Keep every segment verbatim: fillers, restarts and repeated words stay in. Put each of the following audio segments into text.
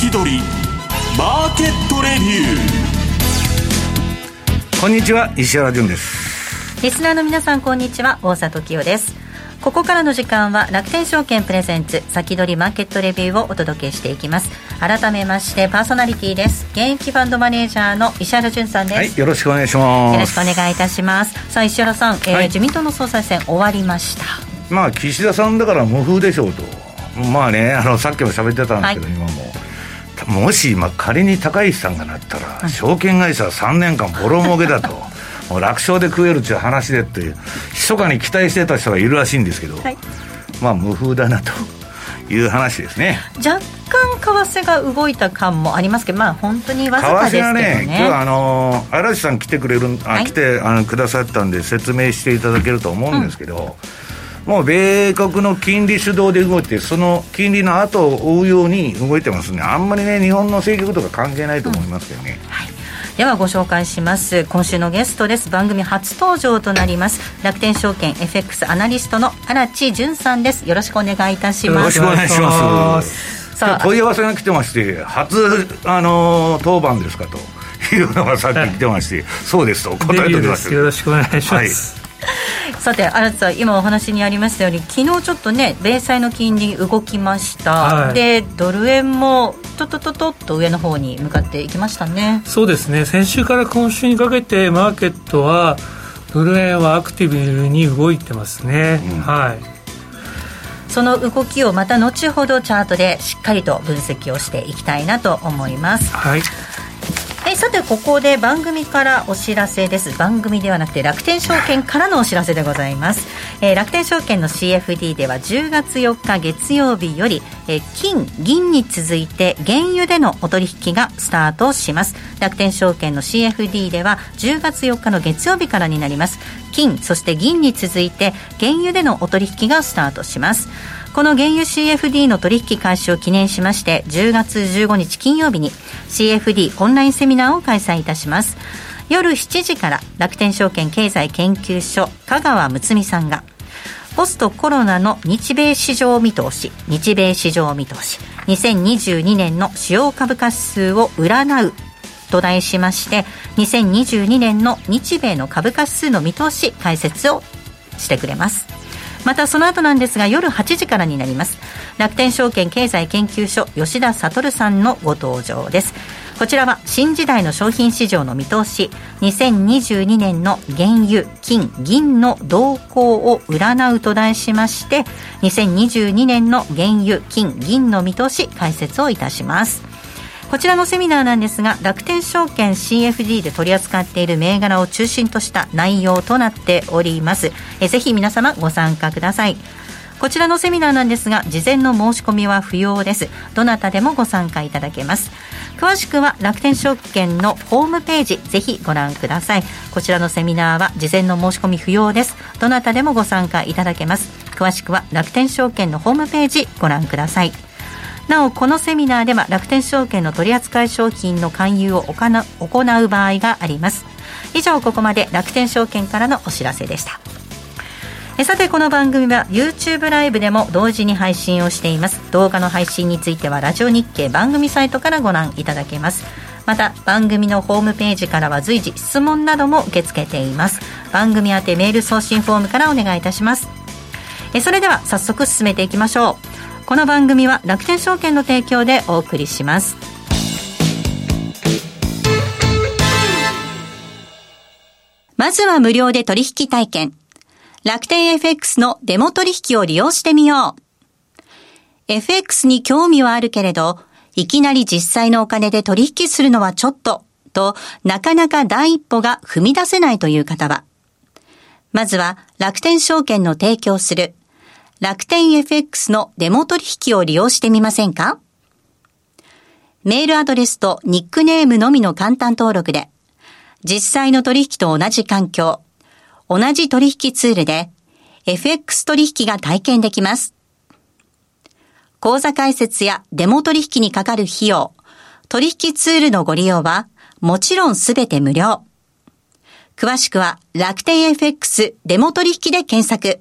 先取りマーケットレビュー。 こんにちは、石原潤です。 リスナーの皆さん、こんにちは、大里清です。ここからの時間は楽天証券プレゼンツ先取りマーケットレビューをお届けしていきます。改めましてパーソナリティです。現役ファンドマネージャーの石原潤さんです。 はい、よろしくお願いします。 よろしくお願いいたします。さあ石原さん、えーはい、自民党の総裁選終わりました。 まあ岸田さんだから無風でしょうと。まあね、あのさっきも喋ってたんですけど、はい、今ももし今仮に高市さんがなったら、うん、証券会社はさんねんかんボロ儲けだともう楽勝で食えるっていう話でって密かに期待してた人がいるらしいんですけど、はい、まあ無風だなという話ですね。 若干為替が動いた感もありますけど、まあ本当にわずかですけどね。 為替はね、今日はあの嵐さん来てくれるあ、はい、来てあのくださったんで説明していただけると思うんですけど、うん、もう米国の金利主導で動いて、その金利の後を追うように動いてますね。あんまりね日本の政局とか関係ないと思いますけどね、 うん、はい。ではご紹介します。今週のゲストです。番組初登場となります楽天証券 エフエックス アナリストの荒地潤さんです。よろしくお願いいたします。 よろしくお願いします。さあ問い合わせが来てまして、初あの当番ですかというのがさっき来てまして、はい、そうですと答えております。 よろしくお願いします、はい。 さて荒地さん、今お話にありましたように昨日ちょっとね米債の金利動きました、はい、でドル円もトトトトッと上の方に向かっていきましたね。 そうですね、先週から今週にかけてマーケットはドル円はアクティブに動いてますね、うん、はい。 その動きをまた後ほどチャートでしっかりと分析をしていきたいなと思います。 はい。 えさてここで番組からお知らせです。番組ではなくて楽天証券からのお知らせでございます。えー、楽天証券の シーエフディー ではじゅうがつよっか月曜日より、えー、金銀に続いて原油でのお取引がスタートします。楽天証券の シーエフディー ではじゅうがつよっかの月曜日からになります。金そして銀に続いて原油でのお取引がスタートします。この原油 シーエフディー の取引開始を記念しましてじゅうがつじゅうごにち金曜日に シーエフディー オンラインセミナーを開催いたします。夜しちじから楽天証券経済研究所香川睦美さんがポストコロナの日米市場見通し日米市場見通しにせんにじゅうにねんの主要株価指数を占うと題しましてにせんにじゅうにねんの日米の株価指数の見通し解説をしてくれます。またその後なんですが夜はちじからになります。楽天証券経済研究所吉田悟さんのご登場です。こちらは新時代の商品市場の見通しにせんにじゅうにねんの原油金銀の動向を占うと題しましてにせんにじゅうにねんの原油金銀の見通し解説をいたします。こちらのセミナーなんですが楽天証券 シーエフディー で取り扱っている銘柄を中心とした内容となっております。えぜひ皆様ご参加ください。こちらのセミナーなんですが事前の申し込みは不要です。どなたでもご参加いただけます。詳しくは楽天証券のホームページぜひご覧ください。こちらのセミナーは事前の申し込み不要です。どなたでもご参加いただけます。詳しくは楽天証券のホームページご覧ください。なおこのセミナーでは楽天証券の取扱い商品の勧誘を行う場合があります。以上ここまで楽天証券からのお知らせでした。えさてこの番組は YouTube ライブでも同時に配信をしています。動画の配信についてはラジオ日経番組サイトからご覧いただけます。また番組のホームページからは随時質問なども受け付けています。番組宛てメール送信フォームからお願いいたします。えそれでは早速進めていきましょう。この番組は楽天証券の提供でお送りします。まずは無料で取引体験楽天 エフエックス のデモ取引を利用してみよう。 エフエックス に興味はあるけれどいきなり実際のお金で取引するのはちょっととなかなか第一歩が踏み出せないという方はまずは楽天証券の提供する楽天 エフエックス のデモ取引を利用してみませんか？メールアドレスとニックネームのみの簡単登録で、実際の取引と同じ環境、同じ取引ツールで エフエックス 取引が体験できます。口座開設やデモ取引にかかる費用、取引ツールのご利用はもちろんすべて無料。詳しくは楽天 エフエックス デモ取引で検索。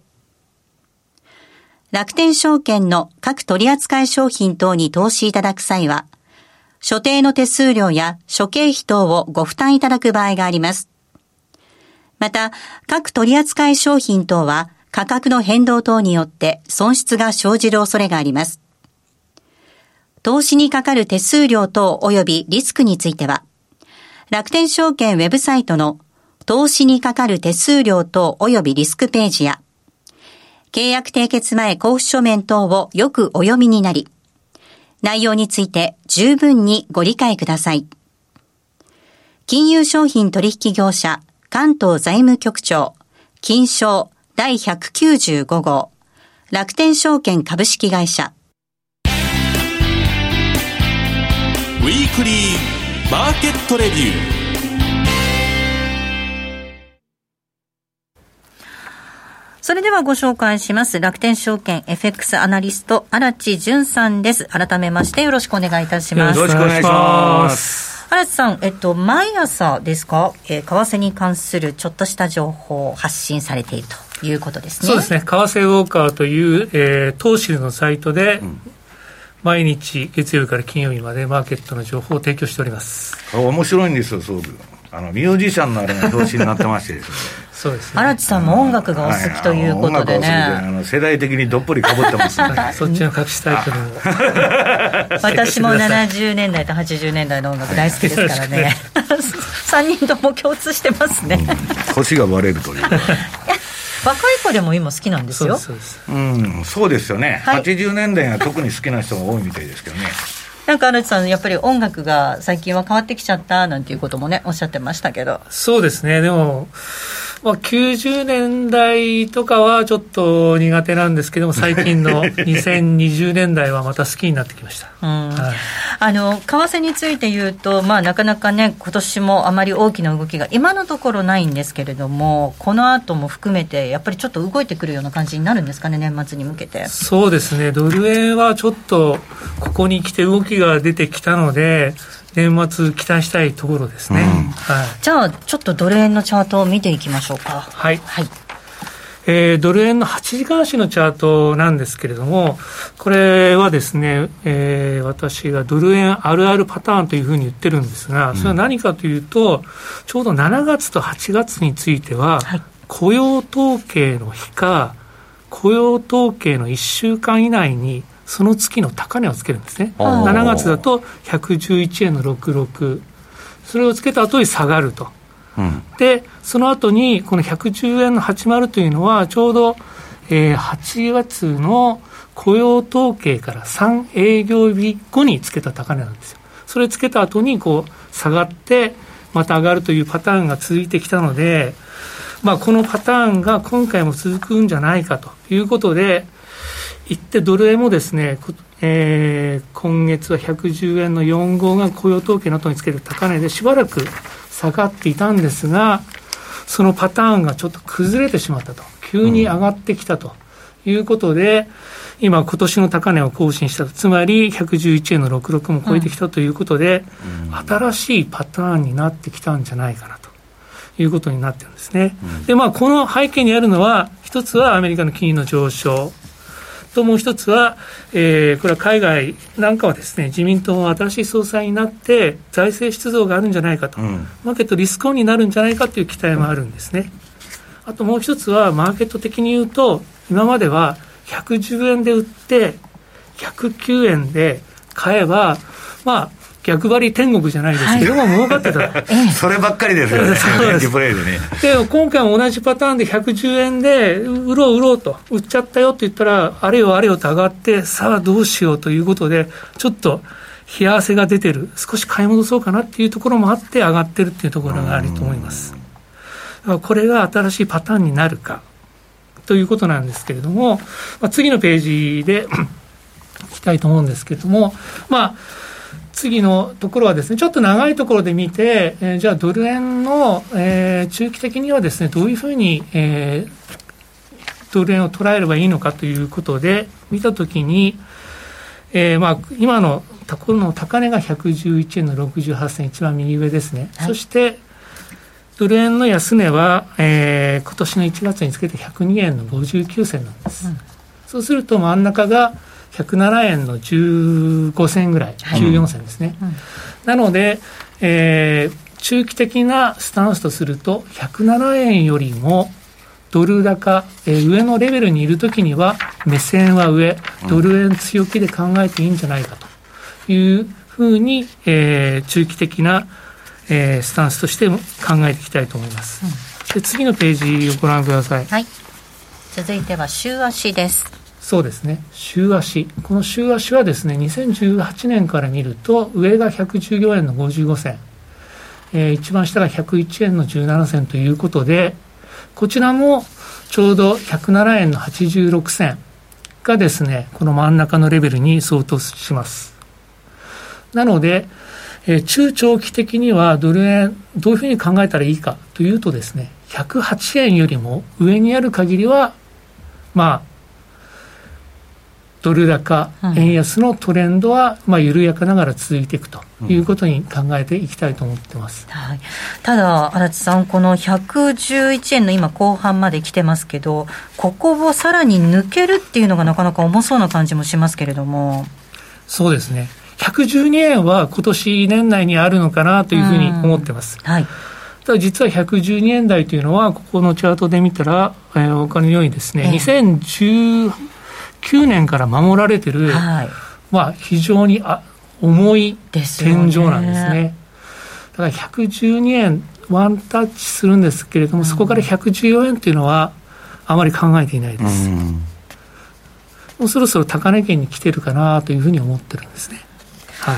楽天証券の各取扱商品等に投資いただく際は、 所定の手数料や諸経費等をご負担いただく場合があります。また、各取扱商品等は価格の変動等によって損失が生じる恐れがあります。投資にかかる手数料等及びリスクについては、楽天証券ウェブサイトの投資にかかる手数料等及びリスクページや、契約締結前交付書面等をよくお読みになり、内容について十分にご理解ください。金融商品取引業者関東財務局長金商だいひゃくきゅうじゅうご号楽天証券株式会社。 ウィークリーマーケットレビュー。 それではご紹介します。楽天証券 エフエックス アナリスト荒地潤さんです。改めましてよろしくお願いいたします。 よろしくお願いします。 荒地さん、えっと、毎朝ですか、えー、為替に関するちょっとした情報を発信されているということですね。 そうですね。為替ウォーカーという、えー、投資のサイトで、うん、毎日月曜日から金曜日までマーケットの情報を提供しております。 面白いんですよ、すごく。あのミュージシャンのあれが表紙になってましてですねそうですね。 荒地さんも音楽がお好きということでね、はい、 あの世代的にどっぷりかぶってますねそっちの隠しタイトルも私もななじゅうねんだいとはちじゅうねんだいの音楽大好きですからねさんにんとも共通してますね、 うん、年がバレるという若い子でも今好きなんですよ。 そうです、うん、そうですよね、はい、はちじゅうねんだいが特に好きな人が多いみたいですけどね。 なんか荒地さんやっぱり音楽が最近は変わってきちゃったなんていうこともねおっしゃってましたけど。 そうですね。でも、まあ、きゅうじゅうねんだいとかはちょっと苦手なんですけども、最近のにせんにじゅうねんだいはまた好きになってきました、 うんはい、あの為替について言うと、まあ、なかなかね今年もあまり大きな動きが今のところないんですけれども、この後も含めてやっぱりちょっと動いてくるような感じになるんですかね、年末に向けて。 そうですね。ドル円はちょっとここに来て動きが出てきたので年末期待したいところですね、うんはい、 じゃあちょっとドル円のチャートを見ていきましょうか。 はい、はいえー、ドル円のはちじかん足のチャートなんですけれども、これはですね、えー、私がドル円あるあるパターンというふうに言ってるんですが、それは何かというと、うん、ちょうどしちがつとはちがつについては、はい、雇用統計の日か雇用統計のいっしゅうかん以内にその月の高値をつけるんですね。しちがつだとひゃくじゅういちえんのろくじゅうろく、それをつけた後に下がると、うん、でその後にこのひゃくじゅうえんのはちじゅうというのはちょうど、えー、はちがつの雇用統計からさんえいぎょう日後につけた高値なんですよ。それつけた後にこう下がってまた上がるというパターンが続いてきたので、まあ、このパターンが今回も続くんじゃないかということで、一ってドル円もですね、えー、今月はひゃくじゅうえんのよん号が雇用統計の後につける高値でしばらく下がっていたんですが、そのパターンがちょっと崩れてしまったと、急に上がってきたということで、うん、今今年の高値を更新したと、つまりひゃくじゅういちえんのろくじゅうろくも超えてきたということで、うん、新しいパターンになってきたんじゃないかなということになってるんですね、うん、でまあこの背景にあるのは、一つはアメリカの金利の上昇と、もう一つは、えー、これは海外なんかはですね、自民党の新しい総裁になって財政出動があるんじゃないかと、うん、マーケットリスクオンになるんじゃないかという期待もあるんですね。あともう一つはマーケット的に言うと、今まではひゃくじゅうえんで売ってひゃくきゅうえんで買えば、まあ逆張り天国じゃないですけども、はい、儲かってたとそればっかりですよねリプレイでね。 で今回も同じパターンでひゃくじゅうえんで売ろう売ろうと、売っちゃったよって言ったら、あれよあれよと上がって、さあどうしようということで、ちょっと冷や汗が出てる、少し買い戻そうかなっていうところもあって上がってるっていうところがあると思います。これが新しいパターンになるかということなんですけれども、まあ、次のページでいきたいと思うんですけれども、まあ次のところはですね、ちょっと長いところで見て、えー、じゃあドル円の、えー、中期的にはですね、どういうふうに、えー、ドル円を捉えればいいのかということで見たときに、えーまあ、今のところの高値がひゃくじゅういちえんのろくじゅうはち銭、一番右上ですね、はい、そしてドル円の安値は、えー、今年のいちがつにつけてひゃくにえんのごじゅうきゅう銭なんです、うん、そうすると真ん中がひゃくななえんのじゅうごせんぐらい、じゅうよんせんですね、うんうん、なので、えー、中期的なスタンスとするとひゃくななえんよりもドル高、えー、上のレベルにいるときには目線は上、ドル円強気で考えていいんじゃないかというふうに、えー、中期的な、えー、スタンスとして考えていきたいと思います、うん、で次のページをご覧ください。 はい、続いては週足です。 そうですね、週足、この週足はですねにせんじゅうはちねんから見ると上がひゃくじゅうよえんのごじゅうごせん、えー、一番下がひゃくいちえんのじゅうななせんということで、こちらもちょうどひゃくななえんのはちじゅうろくせんがですねこの真ん中のレベルに相当します。なので、えー、中長期的にはドル円どういうふうに考えたらいいかというとですね、ひゃくはちえんよりも上にある限りはまあドル高円安のトレンドはまあ緩やかながら続いていくということに考えていきたいと思ってます、 うん、はい、ただ足立さん、このひゃくじゅういちえんの今後半まで来てますけど、ここをさらに抜けるっていうのがなかなか重そうな感じもしますけれども。 そうですね、ひゃくじゅうにえんは今年年内にあるのかなというふうに思ってます、 はい、 ただ実はひゃくじゅうにえん台というのはここのチャートで見たら、えー、お分かりのようにですね、えー、にせんじゅうきゅうねんから守られている、はい、まあ、非常にあ重い天井なんですね。だからひゃくじゅうにえんワンタッチするんですけれども、うん、そこからひゃくじゅうよえんというのはあまり考えていないです、うん、もうそろそろ高値圏に来てるかなというふうに思ってるんですね、はい、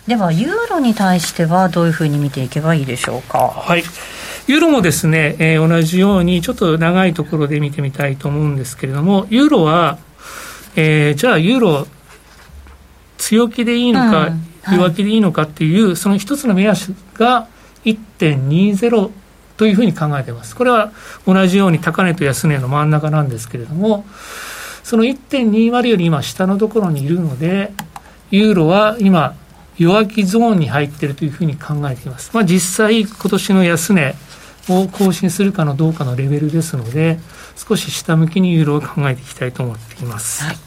ではユーロに対してはどういうふうに見ていけばいいでしょうか。 はい、ユーロもですね、えー、同じようにちょっと長いところで見てみたいと思うんですけれども、ユーロはえー、じゃあユーロ強気でいいのか、うんはい、弱気でいいのかっていうその一つの目安が いってんにゼロ というふうに考えています。これは同じように高値と安値の真ん中なんですけれども、その いってんにゼロ より今下のところにいるので、ユーロは今弱気ゾーンに入っているというふうに考えています。まあ、実際今年の安値を更新するかのどうかのレベルですので、少し下向きにユーロを考えていきたいと思っています、はい、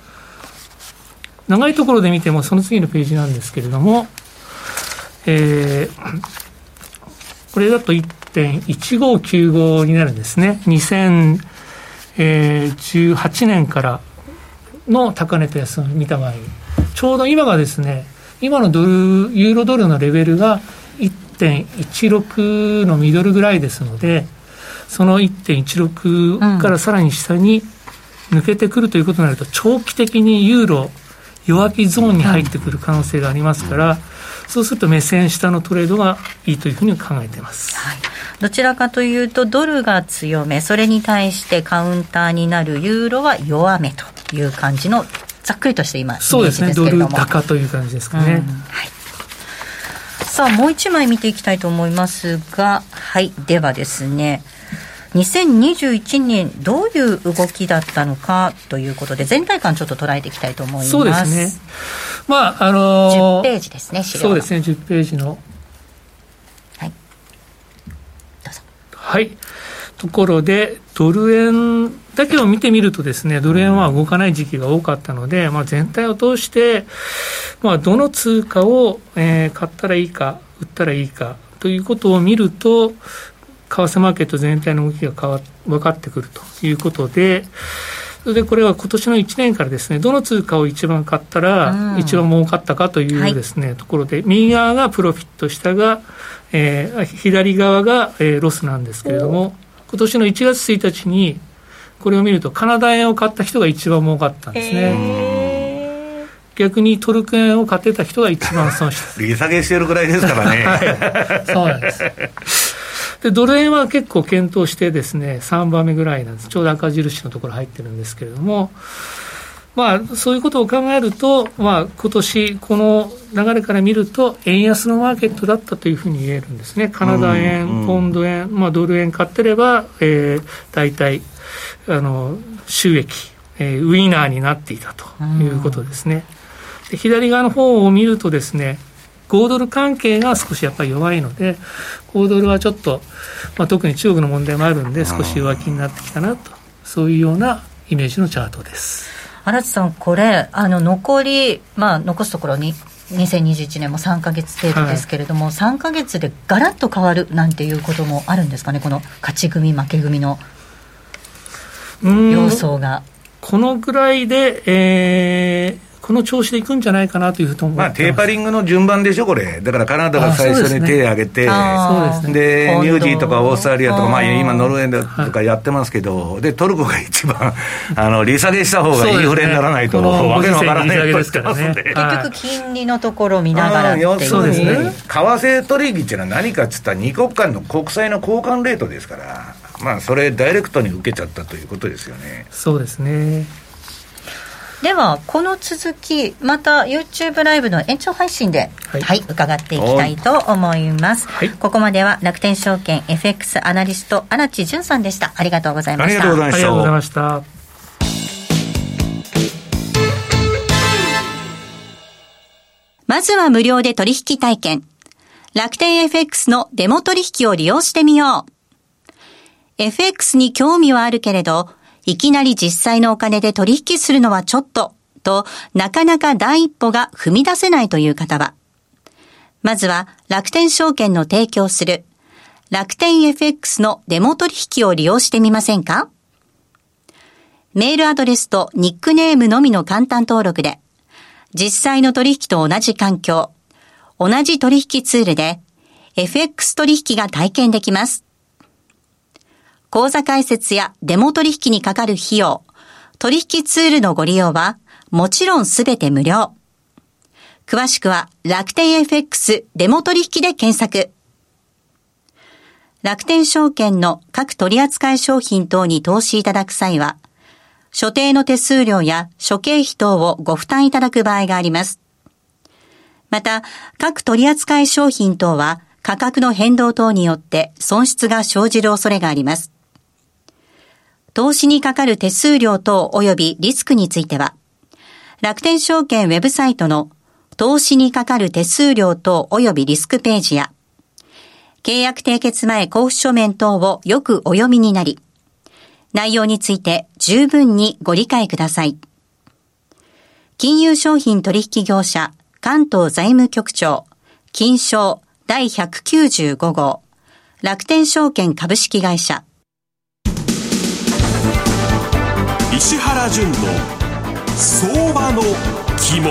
長いところで見てもその次のページなんですけれども、えー、これだと いってんいちごきゅうご になるんですね。にせんじゅうはちねんからの高値と安値を見た場合に、ちょうど今がですね、今のドルユーロドルのレベルが いってんいちろく のミドルぐらいですので、その いってんいちろく からさらに下に抜けてくるということになると、長期的にユーロ弱気ゾーンに入ってくる可能性がありますから、そうすると目線下のトレードがいいというふうに考えています、 はい、どちらかというとドルが強め、それに対してカウンターになるユーロは弱めという感じのざっくりとした今イメージですけれども、 そうですね、ドル高という感じですかね、うん、はい、 さあもう一枚見ていきたいと思いますが、はい、ではですね、にせんにじゅういちねんどういう動きだったのかということで全体感ちょっと捉えていきたいと思います。 そうですね、まああのー、 じゅっページですね、資料の。 そうですね、じゅっページの、 はい、どうぞ。 はい、ところでドル円だけを見てみるとですね、ドル円は動かない時期が多かったので、まあ、全体を通して、まあ、どの通貨を、えー、買ったらいいか売ったらいいかということを見ると、為替マーケット全体の動きが変わ分かってくるということで、それでこれは今年のいちねんからですね、どの通貨を一番買ったら一番儲かったかというですね、はい、ところで、右側がプロフィット、下が、えー、左側が、えー、ロスなんですけれども、今年のいちがつついたちにこれを見るとカナダ円を買った人が一番儲かったんですね。逆にトルク円を買ってた人が一番損した利下げしてるぐらいですからね、 はい、そうなんですでドル円は結構検討してですね、さんばんめぐらいなんです。ちょうど赤印のところ入ってるんですけれども、まあそういうことを考えると、まあ今年この流れから見ると円安のマーケットだったというふうに言えるんですね。カナダ円、うんうん、ポンド円、まあ、ドル円買ってれば、えー、大体あの収益、えー、ウィナーになっていたということですね。で左側の方を見るとですね、ごドル関係が少しやっぱり弱いので、ごドルはちょっと、まあ、特に中国の問題もあるんで少し弱気になってきたなと、そういうようなイメージのチャートです。 荒地さん、これあの残り、まあ、残すところににせんにじゅういちねんもさんかげつ程度ですけれども、はい、さんかげつでガラッと変わるなんていうこともあるんですかね、この勝ち組負け組の様相が。 このぐらいで、えーこの調子でいくんじゃないかなというふうと思ってます。 まあ、テーパリングの順番でしょこれ。だからカナダが最初に手を挙げて、で、ね、ニュージーとかオーストラリアとか、まあ、今ノルウェーとかやってますけど、はい、でトルコが一番あの利下げした方がインフレにならないと、ね、わけのわからないと言ってますんで、 結局金利のところを見ながらっていう、 そうですね。為替取引っていうのは何かっつったら二国間の国債の交換レートですから、まあ、それダイレクトに受けちゃったということですよね。 そうですね。 ではこの続きまた YouTube ライブの延長配信で、はいはい、伺っていきたいと思います、はい、ここまでは楽天証券 エフエックス アナリスト荒地潤さんでした。ありがとうございました。 ありがとうございました。 ありがとうございました。 まずは無料で取引体験、楽天 エフエックス のデモ取引を利用してみよう。 エフエックス に興味はあるけれどいきなり実際のお金で取引するのはちょっと、と、なかなか第一歩が踏み出せないという方は、まずは楽天証券の提供する楽天 エフエックス のデモ取引を利用してみませんか？メールアドレスとニックネームのみの簡単登録で、実際の取引と同じ環境、同じ取引ツールで エフエックス 取引が体験できます。口座開設やデモ取引にかかる費用、取引ツールのご利用はもちろんすべて無料。詳しくは楽天 エフエックス デモ取引で検索。楽天証券の各取扱商品等に投資いただく際は、所定の手数料や諸経費等をご負担いただく場合があります。また、各取扱商品等は価格の変動等によって損失が生じる恐れがあります。投資にかかる手数料等及びリスクについては、楽天証券ウェブサイトの投資にかかる手数料等及びリスクページや、契約締結前交付書面等をよくお読みになり、内容について十分にご理解ください。金融商品取引業者関東財務局長金商だいひゃくきゅうじゅうご号楽天証券株式会社。 石原潤の相場の肝。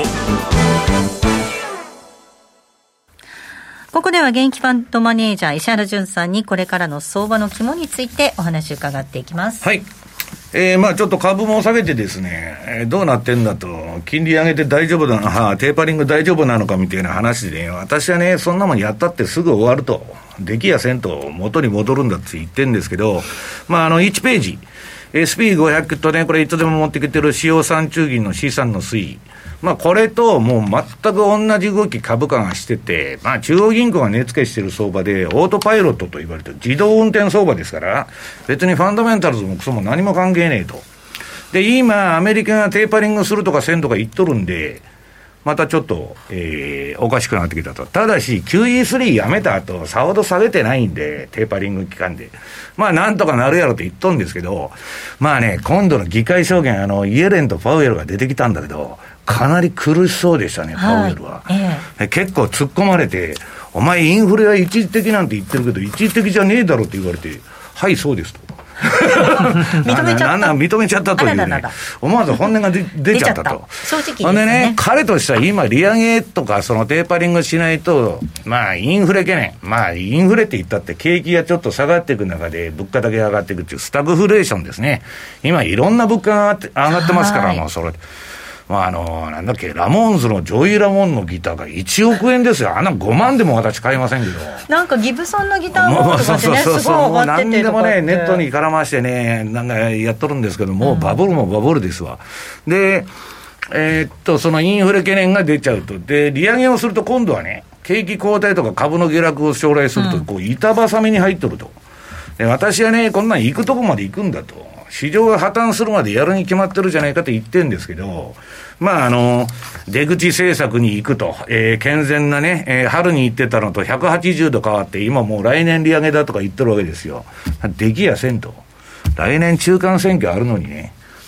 ここでは現役ファンドマネージャー石原潤さんにこれからの相場の肝についてお話を伺っていきます。 はい、えー、まあちょっと株も下げてですね、えー、どうなってんだと、金利上げて大丈夫だな、はあ、テーパリング大丈夫なのかみたいな話で、私はね、そんなもんやったってすぐ終わると、できやせんと元に戻るんだって言ってるんですけど、まああのいちページエスピーごひゃく とね、これいつでも持ってきてる主要産中銀の資産の推移、まあこれともう全く同じ動き株価がしてて、まあ中央銀行が値付けしてる相場でオートパイロットと言われてる自動運転相場ですから、別にファンダメンタルズもクソも何も関係ねえと。で今アメリカがテーパリングするとかせんとか言っとるんで、またちょっと、えー、おかしくなってきたと。ただし キューイースリー やめた後さほど下げてないんで、テーパリング期間でまあなんとかなるやろって言っとんですけど、まあね、今度の議会証言、あのイエレンとパウエルが出てきたんだけど、かなり苦しそうでしたね、パウエルは、はいええ、結構突っ込まれて、お前インフレは一時的なんて言ってるけど一時的じゃねえだろって言われて、はいそうですと認めちゃった。 認めちゃったというね、あららら思わず本音が 出, 出ちゃったと。 正直ですね。 ほんでね、彼としては今利上げとかそのテーパリングしないと、まあインフレ懸念、まあインフレって言ったって景気がちょっと下がっていく中で物価だけ上がっていくっていうスタグフレーションですね。今いろんな物価が上がって、上がってますから、もうそれまああのなんだっけ、ラモーンズのジョイ・ラモンのギターがいちおくえんですよ。あんなごまんでも私買いませんけど、 なんかギブソンのギターもとかってね、すごい上がっててとかって、 何でもねネットに絡ましてね、なんかやっとるんですけども、うん、バブルもバブルですわ。でえー、っとそのインフレ懸念が出ちゃうと、で利上げをすると今度はね、景気後退とか株の下落を将来すると、こう板挟みに入っとると。で私はね、こんなん行くとこまで行くんだと、市場が破綻するまでやるに決まってるじゃないかと言ってるんですけど、まああの出口政策に行くと、えー、健全なね、えー、春に言ってたのとひゃくはちじゅうど変わって、今もう来年利上げだとか言ってるわけですよ。できやせんと。来年中間選挙あるのにね、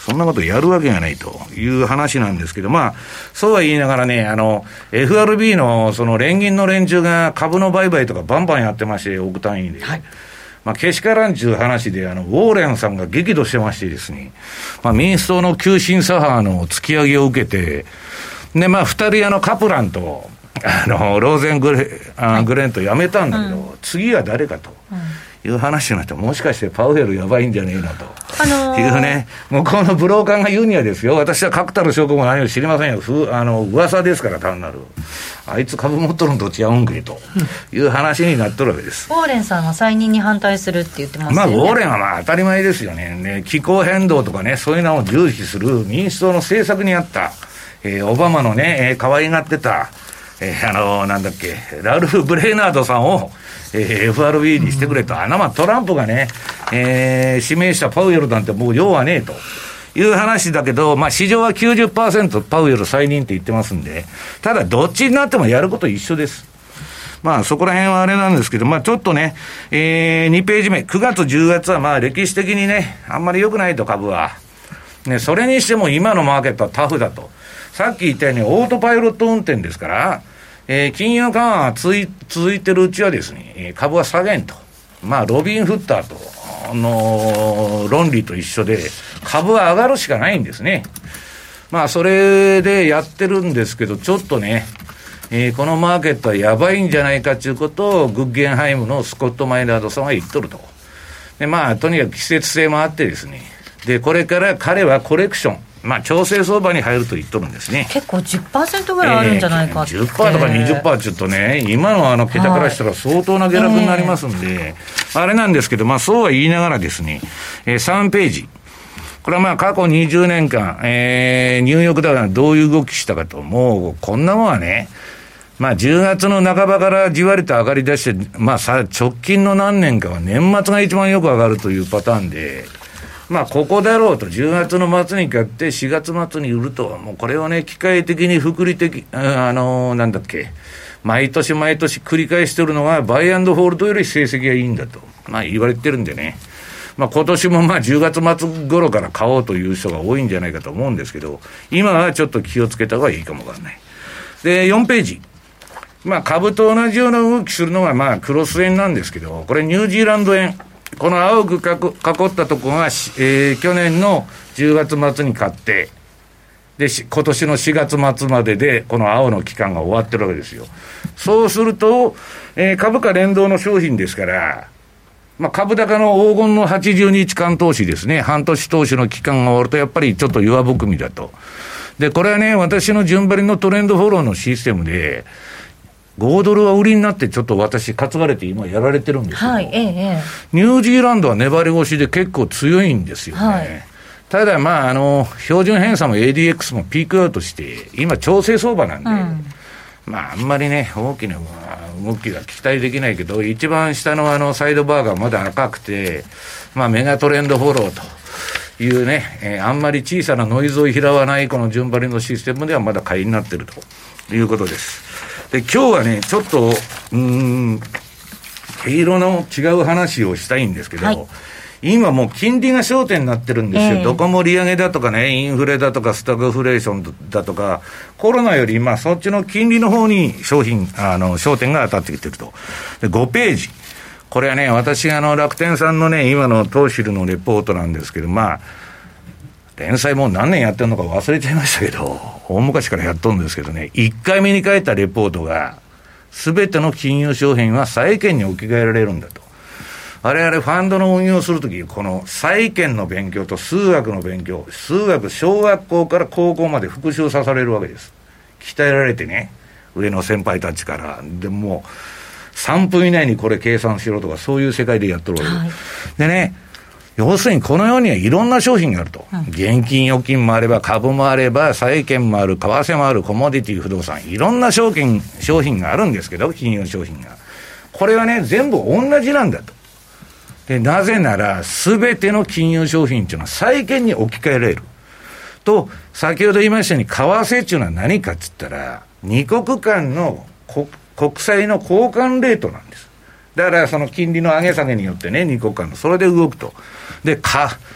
そんなことやるわけがないという話なんですけど、まあ、そうは言いながらね、あの、エフアールビー のその連銀の連中が株の売買とかバンバンやってまして、億単位で。はい、まあ、けしからんちゅう話で、あの、ウォーレンさんが激怒してましてですね、まあ、民主党の急進左派の突き上げを受けて、で、まあ、二人あの、カプランと、あの、ローゼングレ、あグレンと辞めたんだけど、うん、次は誰かと。うんいう話になって、もしかしてパウエルやばいんじゃねえなと、あのー、いうね、向こうのブローカーが言うにはですよ、私は確たる証拠も何も知りませんよ、ふあの噂ですから、単なる、あいつ株持っとるんと違うんけという話になっとるわけです。 ウォーレンさんは再任に反対するって言ってますよね。 まあ、ウォーレンはまあ当たり前ですよね。ね、気候変動とかね、そういうのを重視する民主党の政策にあった、えー、オバマのね、えー、可愛がってた、えー、あのー、なんだっけ、ラルフ・ブレイナードさんをえー、エフアールビー にしてくれと、うん、あのまあトランプがね、えー、指名したパウエルなんてもう用はねえという話だけど、まあ市場は きゅうじゅっパーセント パウエル再任って言ってますんで、ただどっちになってもやること一緒です。まあそこら辺はあれなんですけど、まあちょっとね、えー、にページ目、くがつじゅうがつはまあ歴史的にね、あんまり良くないと株は。ね、それにしても今のマーケットはタフだと。さっき言ったようにオートパイロット運転ですから、えー、金融緩和がつい続いてるうちはですね、株は下げんと。まあ、ロビン・フッターとの論理と一緒で、株は上がるしかないんですね。まあ、それでやってるんですけど、ちょっとね、えー、このマーケットはやばいんじゃないかということを、グッゲンハイムのスコット・マイナードさんは言っとると。で、まあ、とにかく季節性もあってですね。で、これから彼はコレクション。まあ、調整相場に入ると言っとるんですね。 結構 じゅっパーセント ぐらいあるんじゃないかって、えー、 じゅっパーセント とか にじゅっパーセント ちょっとね、今のあの桁からしたら相当な下落になりますんで、はいえー、あれなんですけど、まあそうは言いながらですね、えー、さんページ。これはまあ過去にじゅうねんかん、えー、ニューヨークダウがどういう動きしたかと、もうこんなもんはね、まあじゅうがつの半ばからじわりと上がり出して、まあさ、直近の何年かは年末が一番よく上がるというパターンで、まあ、ここだろうと、じゅうがつの末に買って、しがつ末に売ると、もうこれをね、機械的に複利的、あのー、なんだっけ、毎年毎年繰り返してるのが、バイアンドホールドより成績がいいんだと、まあ言われてるんでね、まあ今年もまあじゅうがつ末頃から買おうという人が多いんじゃないかと思うんですけど、今はちょっと気をつけた方がいいかもわからない。で、よんページ。まあ株と同じような動きするのが、まあクロス円なんですけど、これニュージーランド円。この青く囲ったところが、えー、去年のじゅうがつ末に買って、で、今年のしがつ末までで、この青の期間が終わってるわけですよ。そうすると、えー、株価連動の商品ですから、まあ、株高の黄金のはちじゅうにちかん投資ですね。半年投資の期間が終わると、やっぱりちょっと弱含みだと。で、これはね、私の順張りのトレンドフォローのシステムで、ごドルは売りになってちょっと私担がれて今やられてるんですけど、はいええ、ニュージーランドは粘り腰で結構強いんですよね、はい、ただまああの標準偏差も エーディーエックス もピークアウトして今調整相場なんで、うん、まああんまりね大きな動きが期待できないけど一番下のあのサイドバーがまだ赤くてまあメガトレンドフォローというね、えー、あんまり小さなノイズを拾わないこの順張りのシステムではまだ買いになっているということです。で今日はねちょっとうーん毛色の違う話をしたいんですけど、はい、今もう金利が焦点になってるんですよ、えー、どこも利上げだとかねインフレだとかスタグフレーションだとかコロナよりまあそっちの金利の方に商品あの焦点が当たってきてると。でごページこれはね私あの楽天さんのね今のトーシルのレポートなんですけどまあ連載もう何年やってるのか忘れちゃいましたけど大昔からやっとるんですけどねいっかいめに書いたレポートが全ての金融商品は債券に置き換えられるんだと。我々ファンドの運用するときこの債券の勉強と数学の勉強数学小学校から高校まで復習さされるわけです。鍛えられてね上の先輩たちからでもうさんぷん以内にこれ計算しろとかそういう世界でやってるわけです、はい、でね要するにこの世にはいろんな商品があると、うん、現金預金もあれば株もあれば債券もある為替もあるコモディティ不動産いろんな商品商品があるんですけど金融商品がこれはね全部同じなんだと。でなぜなら全ての金融商品っていうのは債券に置き換えられると先ほど言いましたように為替っていうのは何かっつったら二国間の国債の交換レートなんです。だからその金利の上げ下げによってね二国間のそれで動くと。でか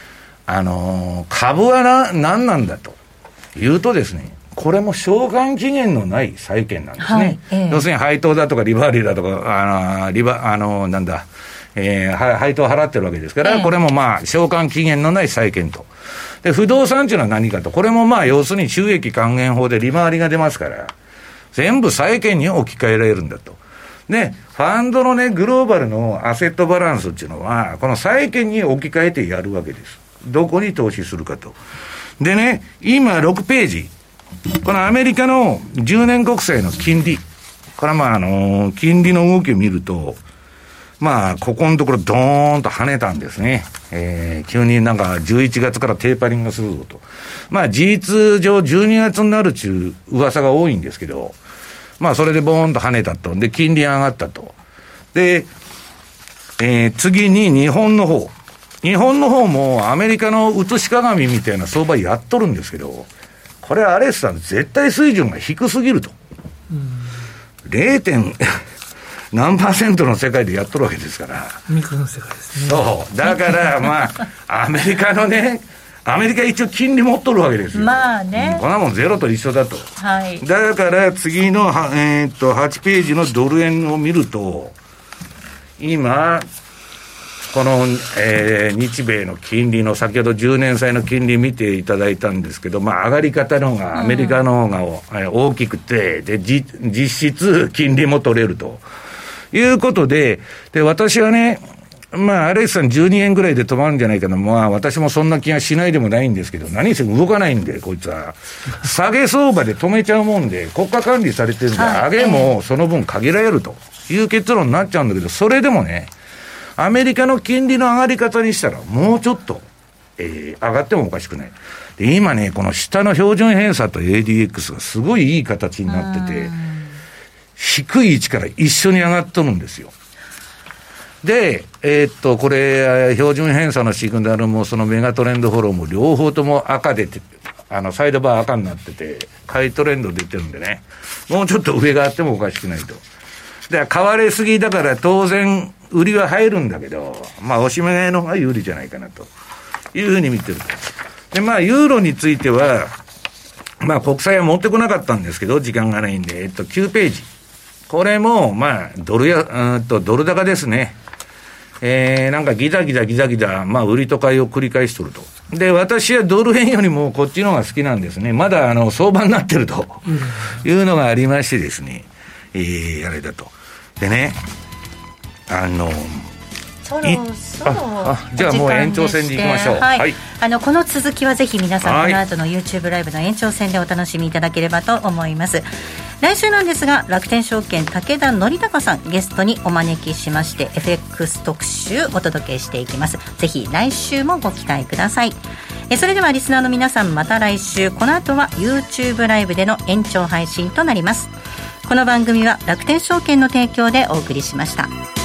あのー、株はな何なんだというとですね、これも償還期限のない債券なんですね、はいええ、要するに配当だとか利回りだとかあのリバあのなんだ、えー、配当を払ってるわけですから、ええ、これもまあ償還期限のない債券と。で不動産というのは何かと、これもまあ要するに収益還元法で利回りが出ますから全部債券に置き換えられるんだと。でファンドのねグローバルのアセットバランスっていうのはこの債券に置き換えてやるわけです。どこに投資するかと。でね、今ろくページ、このアメリカのじゅうねん国債の金利、これはまああの金利の動きを見ると、まあここのところドーンと跳ねたんですね。えー、急になんかじゅういちがつからテーパリングするぞと。まあ事実上じゅうにがつになるっていう噂が多いんですけど、まあそれでボーンと跳ねたと。で金利上がったと。で、えー、次に日本の方。日本の方もアメリカの写し鏡みたいな相場やっとるんですけど、これはアレスさん絶対水準が低すぎると。れいてん何パーセントの世界でやっとるわけですから。 ミクの世界ですね。 そう。だからまあ、アメリカのね、アメリカ一応金利持っとるわけですよ。 まあね。 こんなもんゼロと一緒だと。 はい。 だから次の、えー、っとはちページのドル円を見ると、今、この、えー、日米の金利の先ほどじゅうねん債の金利見ていただいたんですけど、まあ上がり方の方がアメリカの方が、うん、大きくて、でじ実質金利も取れるということで、で私はね、まあアレスさんじゅうにえんぐらいで止まるんじゃないかな、まあ私もそんな気がしないでもないんですけど、何せ動かないんでこいつは下げ相場で止めちゃうもんで国家管理されてるんで、はい、上げもその分限られるという結論になっちゃうんだけど、それでもねアメリカの金利の上がり方にしたらもうちょっと、えー、上がってもおかしくない。で今ねこの下の標準偏差と エーディーエックス がすごいいい形になってて、低い位置から一緒に上がっとるんですよ。でえー、っとこれ標準偏差のシグナルもそのメガトレンドフォローも両方とも赤でて、あのサイドバー赤になってて買いトレンド出てるんでね、もうちょっと上があってもおかしくないと。で買われすぎだから当然売りは入るんだけど、まあ押し目の方が有利じゃないかなというふうに見てると。でまあユーロについてはまあ国債は持ってこなかったんですけど時間がないんで、えっときゅうページ、これもまあドルやうんとドル高ですね。えー、なんかギザギザギザギザまあ売りと買いを繰り返しとると。で私はドル円よりもこっちの方が好きなんですね。まだあの相場になってるというのがありましてですね、えー、あれだと。でね、あのそろそろああじゃあもう延長戦に行きましょう、 はいはい、 あのこの続きはぜひ皆さんこの後の YouTube ライブの延長戦でお楽しみいただければと思います。来週なんですが楽天証券武田則孝さんゲストにお招きしまして エフエックス 特集お届けしていきます。ぜひ来週もご期待ください。えそれではリスナーの皆さんまた来週、この後は YouTube ライブでの延長配信となります。この番組は楽天証券の提供でお送りしました。